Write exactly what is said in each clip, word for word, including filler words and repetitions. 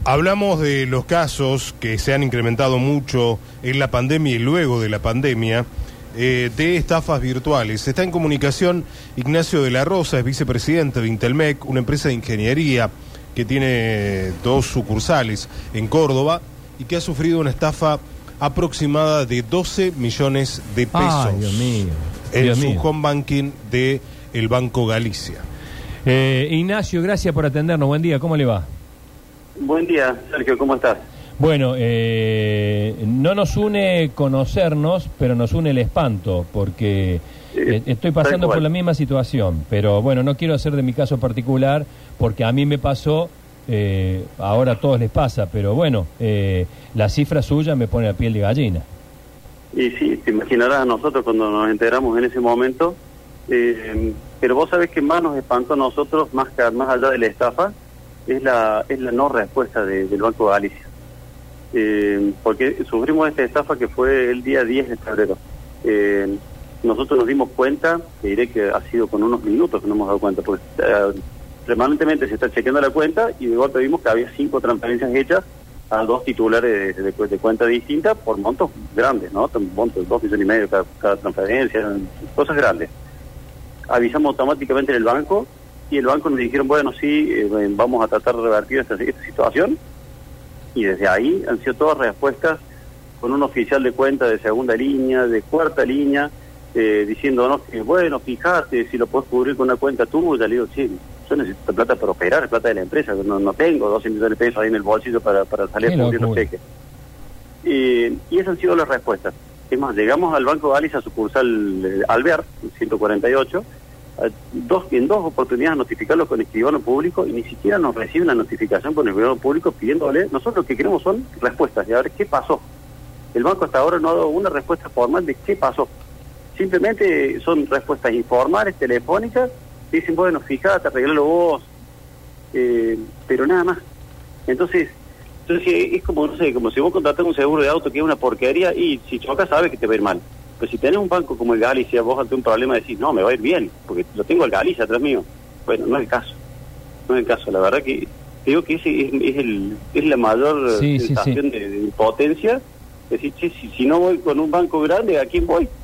Hablamos de los casos que se han incrementado mucho en la pandemia y luego de la pandemia, eh, de estafas virtuales. Está en comunicación Ignacio de la Rosa, es vicepresidente de Intelmec, una empresa de ingeniería que tiene dos sucursales en Córdoba y que ha sufrido una estafa aproximada de doce millones de pesos. Ay, Dios mío. En Dios su mío. home banking de el Banco Galicia. Eh, Ignacio, gracias por atendernos. Buen día, ¿cómo le va? Buen día, Sergio, ¿cómo estás? Bueno, eh, no nos une conocernos, pero nos une el espanto, porque eh, estoy pasando por la misma situación. Pero bueno, no quiero hacer de mi caso particular, porque a mí me pasó, eh, ahora a todos les pasa, pero bueno, eh, la cifra suya me pone la piel de gallina. Y sí, te imaginarás a nosotros cuando nos enteramos en ese momento, eh, pero vos sabés que más nos espantó a nosotros, más, que, más allá de la estafa, es la es la no respuesta de, del Banco Galicia. Eh, porque sufrimos esta estafa que fue el día diez de febrero. Eh, nosotros nos dimos cuenta, te diré que ha sido con unos minutos que nos hemos dado cuenta, porque eh, permanentemente se está chequeando la cuenta y de golpe vimos que había cinco transferencias hechas a dos titulares de, de, de cuenta distintas por montos grandes, ¿no? Montos de dos millones y medio cada, cada transferencia, cosas grandes. Avisamos automáticamente en el banco y el banco nos dijeron, bueno, sí, eh, vamos a tratar de revertir esta, esta situación, y desde ahí han sido todas respuestas con un oficial de cuenta de segunda línea, de cuarta línea, eh, diciéndonos que, bueno, fíjate, si lo puedes cubrir con una cuenta tuya. Le digo, sí, yo necesito plata para operar, es plata de la empresa, no, no tengo doce millones de pesos ahí en el bolsillo para, para salir a cubrir los cheques. Eh, y esas han sido las respuestas. Es más, llegamos al Banco Galicia, sucursal eh, Alvear, ciento cuarenta y ocho, Dos, en dos oportunidades a notificarlo con escribano público y ni siquiera nos recibe una notificación con el escribano público pidiéndole. Nosotros lo que queremos son respuestas, y a ver qué pasó. El banco hasta ahora no ha dado una respuesta formal de qué pasó. Simplemente son respuestas informales, telefónicas, dicen, bueno, fíjate, arreglalo vos, eh, pero nada más. Entonces, entonces es como, no sé, como si vos contratás un seguro de auto que es una porquería y si chocas sabes que te va a ir mal. Pero si tenés un banco como el Galicia, vos ante un problema decís, no, me va a ir bien, porque lo tengo al Galicia atrás mío. Bueno, no es el caso. No es el caso. La verdad que digo que ese es, es, el, es la mayor sí, sensación sí, sí. De, de impotencia. Decir, che, si, si no voy con un banco grande, ¿a quién voy?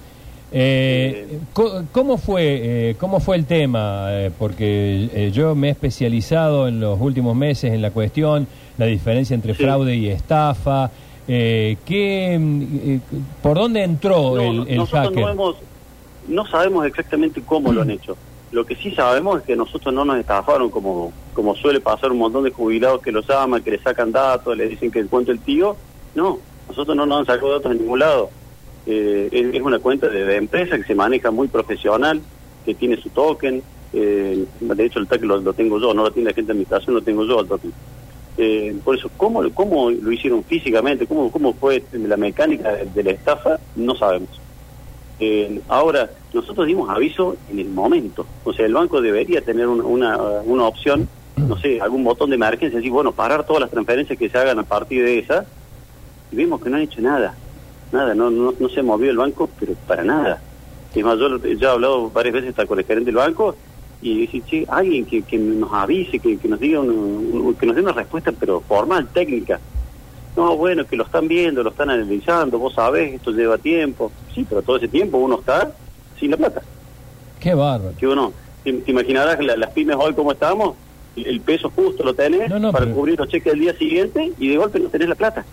Eh, eh, ¿Cómo fue eh, cómo fue el tema? Eh, porque eh, yo me he especializado en los últimos meses en la cuestión, la diferencia entre sí. fraude y estafa. Eh, ¿qué, eh, ¿Por dónde entró no, el, el nosotros hacker? No, hemos, no sabemos exactamente cómo lo han hecho. Lo que sí sabemos es que nosotros no nos estafaron como como suele pasar un montón de jubilados que los llaman, que le sacan datos, le dicen que encuentre el tío. No, nosotros no nos han sacado datos en ningún lado. Eh, es, es una cuenta de, de empresa que se maneja muy profesional, que tiene su token. Eh, de hecho, el token lo, lo tengo yo, no lo tiene la gente de administración, lo tengo yo el token. Eh, por eso, ¿cómo, cómo lo hicieron físicamente? ¿Cómo, cómo fue la mecánica de, de la estafa? No sabemos. Eh, ahora, nosotros dimos aviso en el momento. O sea, el banco debería tener una, una, una opción, no sé, algún botón de emergencia, así, bueno, parar todas las transferencias que se hagan a partir de esa. Y vimos que no han hecho nada. Nada, no, no, no se movió el banco, pero para nada. Es más, yo ya he hablado varias veces hasta con el gerente del banco y decir, che, alguien que, que nos avise, que, que nos diga un, un, que nos dé una respuesta, pero formal, técnica. No, bueno, que lo están viendo, lo están analizando, vos sabés, esto lleva tiempo. Sí, pero todo ese tiempo uno está sin la plata. Qué bárbaro. Que uno, te, te imaginarás la, las pymes hoy cómo estamos, el, el peso justo lo tenés no, no, para pero... cubrir los cheques del día siguiente y de golpe no tenés la plata.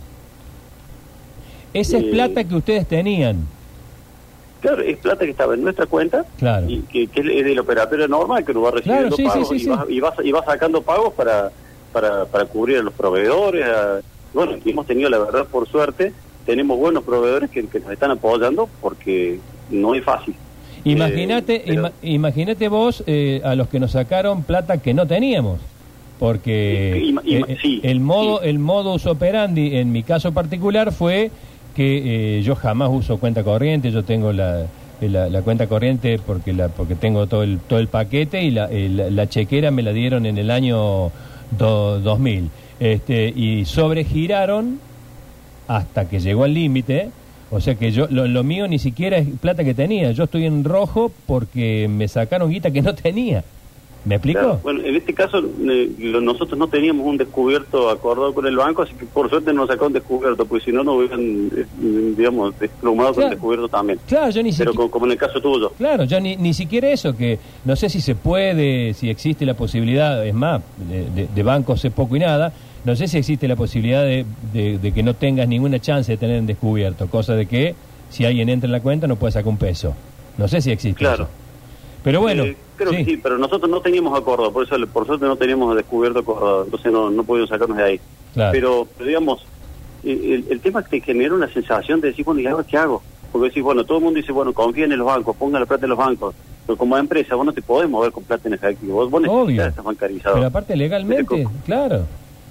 Esa es eh, plata que ustedes tenían. Claro, es plata que estaba en nuestra cuenta, claro. y que, que es del operatorio normal, que nos va recibiendo claro, sí, pagos sí, sí, y, va, sí. y, va, y va sacando pagos para para, para cubrir a los proveedores. A, bueno, hemos tenido, la verdad, por suerte, tenemos buenos proveedores que, que nos están apoyando porque no es fácil. Imagínate, eh, pero... ima, imagínate vos eh, a los que nos sacaron plata que no teníamos. Porque ima, ima, eh, sí, el modo sí. el modus operandi en mi caso particular fue que eh, yo jamás uso cuenta corriente. Yo tengo la, la, la cuenta corriente porque la porque tengo todo el todo el paquete y la, el, la chequera me la dieron en el año do, dos mil este y sobregiraron hasta que llegó al límite. O sea que yo lo, lo mío ni siquiera es plata que tenía. Yo estoy en rojo porque me sacaron guita que no tenía. ¿Me explico? Claro. Bueno, en este caso eh, lo, nosotros no teníamos un descubierto acordado con el banco, así que por suerte nos sacó un descubierto, porque si no nos hubieran, eh, digamos, desplumado claro. con el descubierto también. Claro, yo ni Pero siquiera... como, como en el caso tuyo. Claro, yo ni, ni siquiera eso, que no sé si se puede, si existe la posibilidad, es más, de, de, de bancos sé poco y nada, no sé si existe la posibilidad de, de, de que no tengas ninguna chance de tener un descubierto, cosa de que si alguien entra en la cuenta no puede sacar un peso. No sé si existe claro. eso. Pero bueno... Eh, creo sí. que sí, pero nosotros no teníamos acuerdo, por eso por suerte no teníamos descubierto acordado, entonces no, no pudimos sacarnos de ahí. Claro. Pero, pero digamos, el, el tema es que genera una sensación de decir, bueno, ¿y ahora qué hago? Porque decís, bueno, todo el mundo dice, bueno, confíen en los bancos, pongan la plata en los bancos, pero como empresa vos no te podés mover con plata en efectivo, vos, vos necesitas estar bancarizado. Pero aparte legalmente, claro.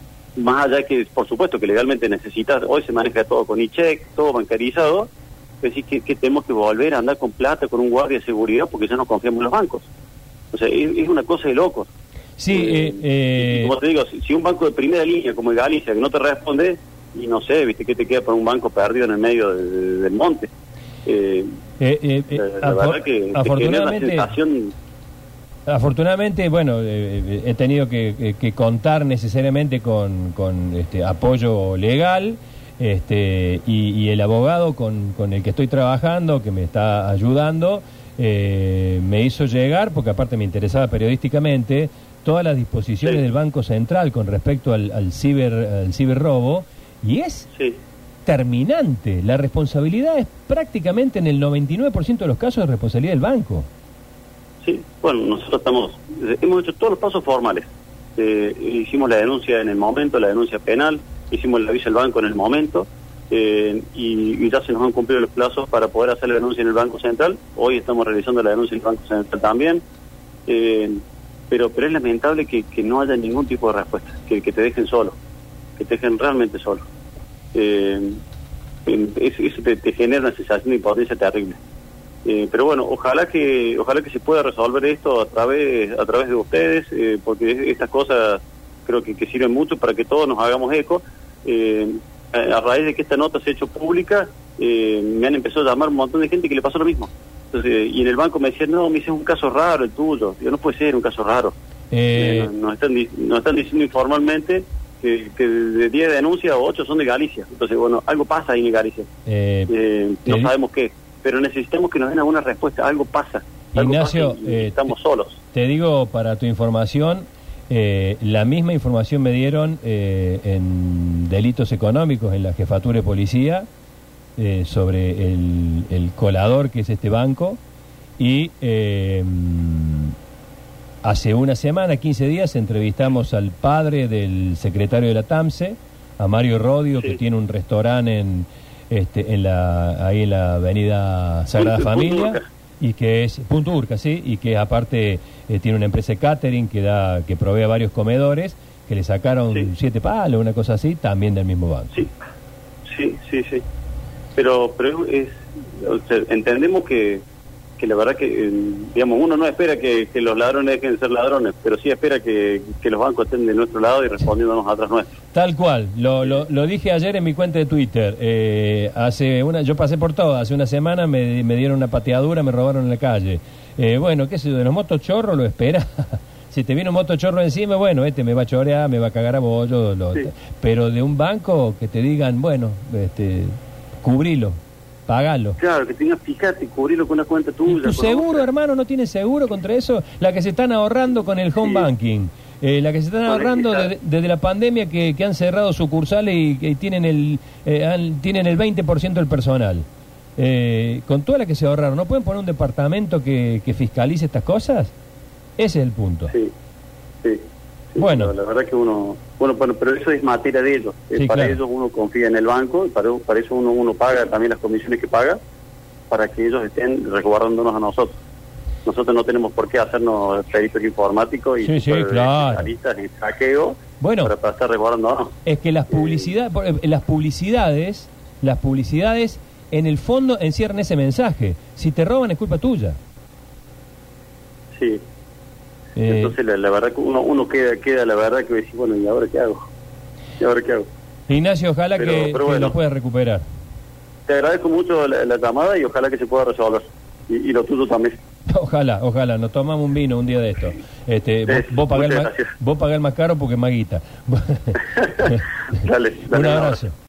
Más allá que, por supuesto, que legalmente necesitas, hoy se maneja todo con e-check, todo bancarizado, es decir, que, que tenemos que volver a andar con plata, con un guardia de seguridad, porque ya no confiamos en los bancos. O sea, es, es una cosa de locos. Sí, eh, eh, como te digo, si, si un banco de primera línea como el Galicia que no te responde, y no sé, viste, ¿qué te queda para un banco perdido en el medio de, de, del monte? Eh, eh, eh, eh, la, la verdad que afortunadamente, te genera una sensación... Afortunadamente, bueno, eh, he tenido que, que, que contar necesariamente con, con este apoyo legal, este y, y el abogado con, con el que estoy trabajando, que me está ayudando, eh, me hizo llegar, porque aparte me interesaba periodísticamente, todas las disposiciones sí. del Banco Central con respecto al, al ciber al ciberrobo, y es sí. terminante. La responsabilidad es prácticamente en el noventa y nueve por ciento de los casos de responsabilidad del banco. Sí, bueno, nosotros estamos, hemos hecho todos los pasos formales. Eh, hicimos la denuncia en el momento, la denuncia penal, hicimos el aviso al banco en el momento, eh, y, y ya se nos han cumplido los plazos para poder hacer la denuncia en el Banco Central. Hoy estamos realizando la denuncia en el Banco Central también, eh, pero pero es lamentable que, que no haya ningún tipo de respuesta, que, que te dejen solo, que te dejen realmente solo. Eh, eso te, te genera una sensación de impotencia terrible. Eh, pero bueno, ojalá que ojalá que se pueda resolver esto a través a través de ustedes, eh, porque estas cosas creo que, que sirven mucho para que todos nos hagamos eco. Eh, a, a raíz de que esta nota se ha hecho pública, eh, me han empezado a llamar un montón de gente que le pasó lo mismo. Entonces, y en el banco me decían, no, me dice, es un caso raro el tuyo. Yo, no puede ser un caso raro. Eh... Eh, nos, están, nos están diciendo informalmente que, que de diez denuncias, ocho son de Galicia. Entonces, bueno, algo pasa ahí en Galicia. Eh, eh, no sabemos qué. Pero necesitamos que nos den alguna respuesta, algo pasa. Algo Ignacio, pasa y, y eh, estamos solos. Te digo para tu información, eh, la misma información me dieron eh, en delitos económicos en la jefatura de policía eh, sobre el, el colador que es este banco, y eh, hace una semana, quince días, entrevistamos al padre del secretario de la TAMSE, a Mario Rodio, sí. que tiene un restaurante en... Este, en la ahí en la avenida Sagrada Punto, Familia, Punto y que es Punto Urca, sí, y que aparte eh, tiene una empresa de catering que da que provee a varios comedores, que le sacaron sí. siete palos, una cosa así, también del mismo banco. Sí, sí, sí, sí. Pero, pero es, o sea, entendemos que, que la verdad que, eh, digamos, uno no espera que, que los ladrones dejen de ser ladrones, pero sí espera que, que los bancos estén de nuestro lado y respondiéndonos atrás nuestro. Tal cual, lo, lo, lo dije ayer en mi cuenta de Twitter. Eh, hace una, yo pasé por todo, hace una semana me, me dieron una pateadura, me robaron en la calle. Eh, bueno, qué sé yo, de los motochorros lo espera. Si te viene un motochorro encima, bueno, este me va a chorear, me va a cagar a bollo. Lo, sí. Pero de un banco que te digan, bueno, este, cubrilo, pagalo. Claro, que tengas, fíjate, cubrirlo con una cuenta tuya. ¿Tu seguro, otra. hermano, no tiene seguro contra eso? La que se están ahorrando con el home sí. banking. Eh, la que se están ahorrando desde, desde la pandemia, que, que han cerrado sucursales y que tienen el eh, han, tienen el veinte por ciento del personal. Eh, con toda la que se ahorraron, ¿no pueden poner un departamento que, que fiscalice estas cosas? Ese es el punto. Sí, sí. sí bueno. La, la verdad que uno... Bueno, bueno, pero eso es materia de ellos. Eh, sí, para claro. ellos uno confía en el banco, y para, para eso uno, uno paga también las comisiones que paga, para que ellos estén resguardándonos a nosotros. Nosotros no tenemos por qué hacernos peritos informáticos y sí, sí, claro. especialistas en saqueo bueno, para, para estar resguardándonos. Es que las publicidades, eh, las publicidades, las publicidades en el fondo encierran ese mensaje. Si te roban es culpa tuya. Sí. Eh, Entonces la, la verdad que uno, uno queda, queda la verdad que dice, bueno, ¿y ahora qué hago? ¿Y ahora qué hago? Ignacio, ojalá pero, que, pero bueno, que lo puedas recuperar. Te agradezco mucho la, la llamada y ojalá que se pueda resolver. Y, y lo tuyo también. Ojalá, ojalá, nos tomamos un vino un día de esto. Este, vos, vos, pagás el más, vos pagás el más caro porque es más guita. Dale, dale. Un abrazo.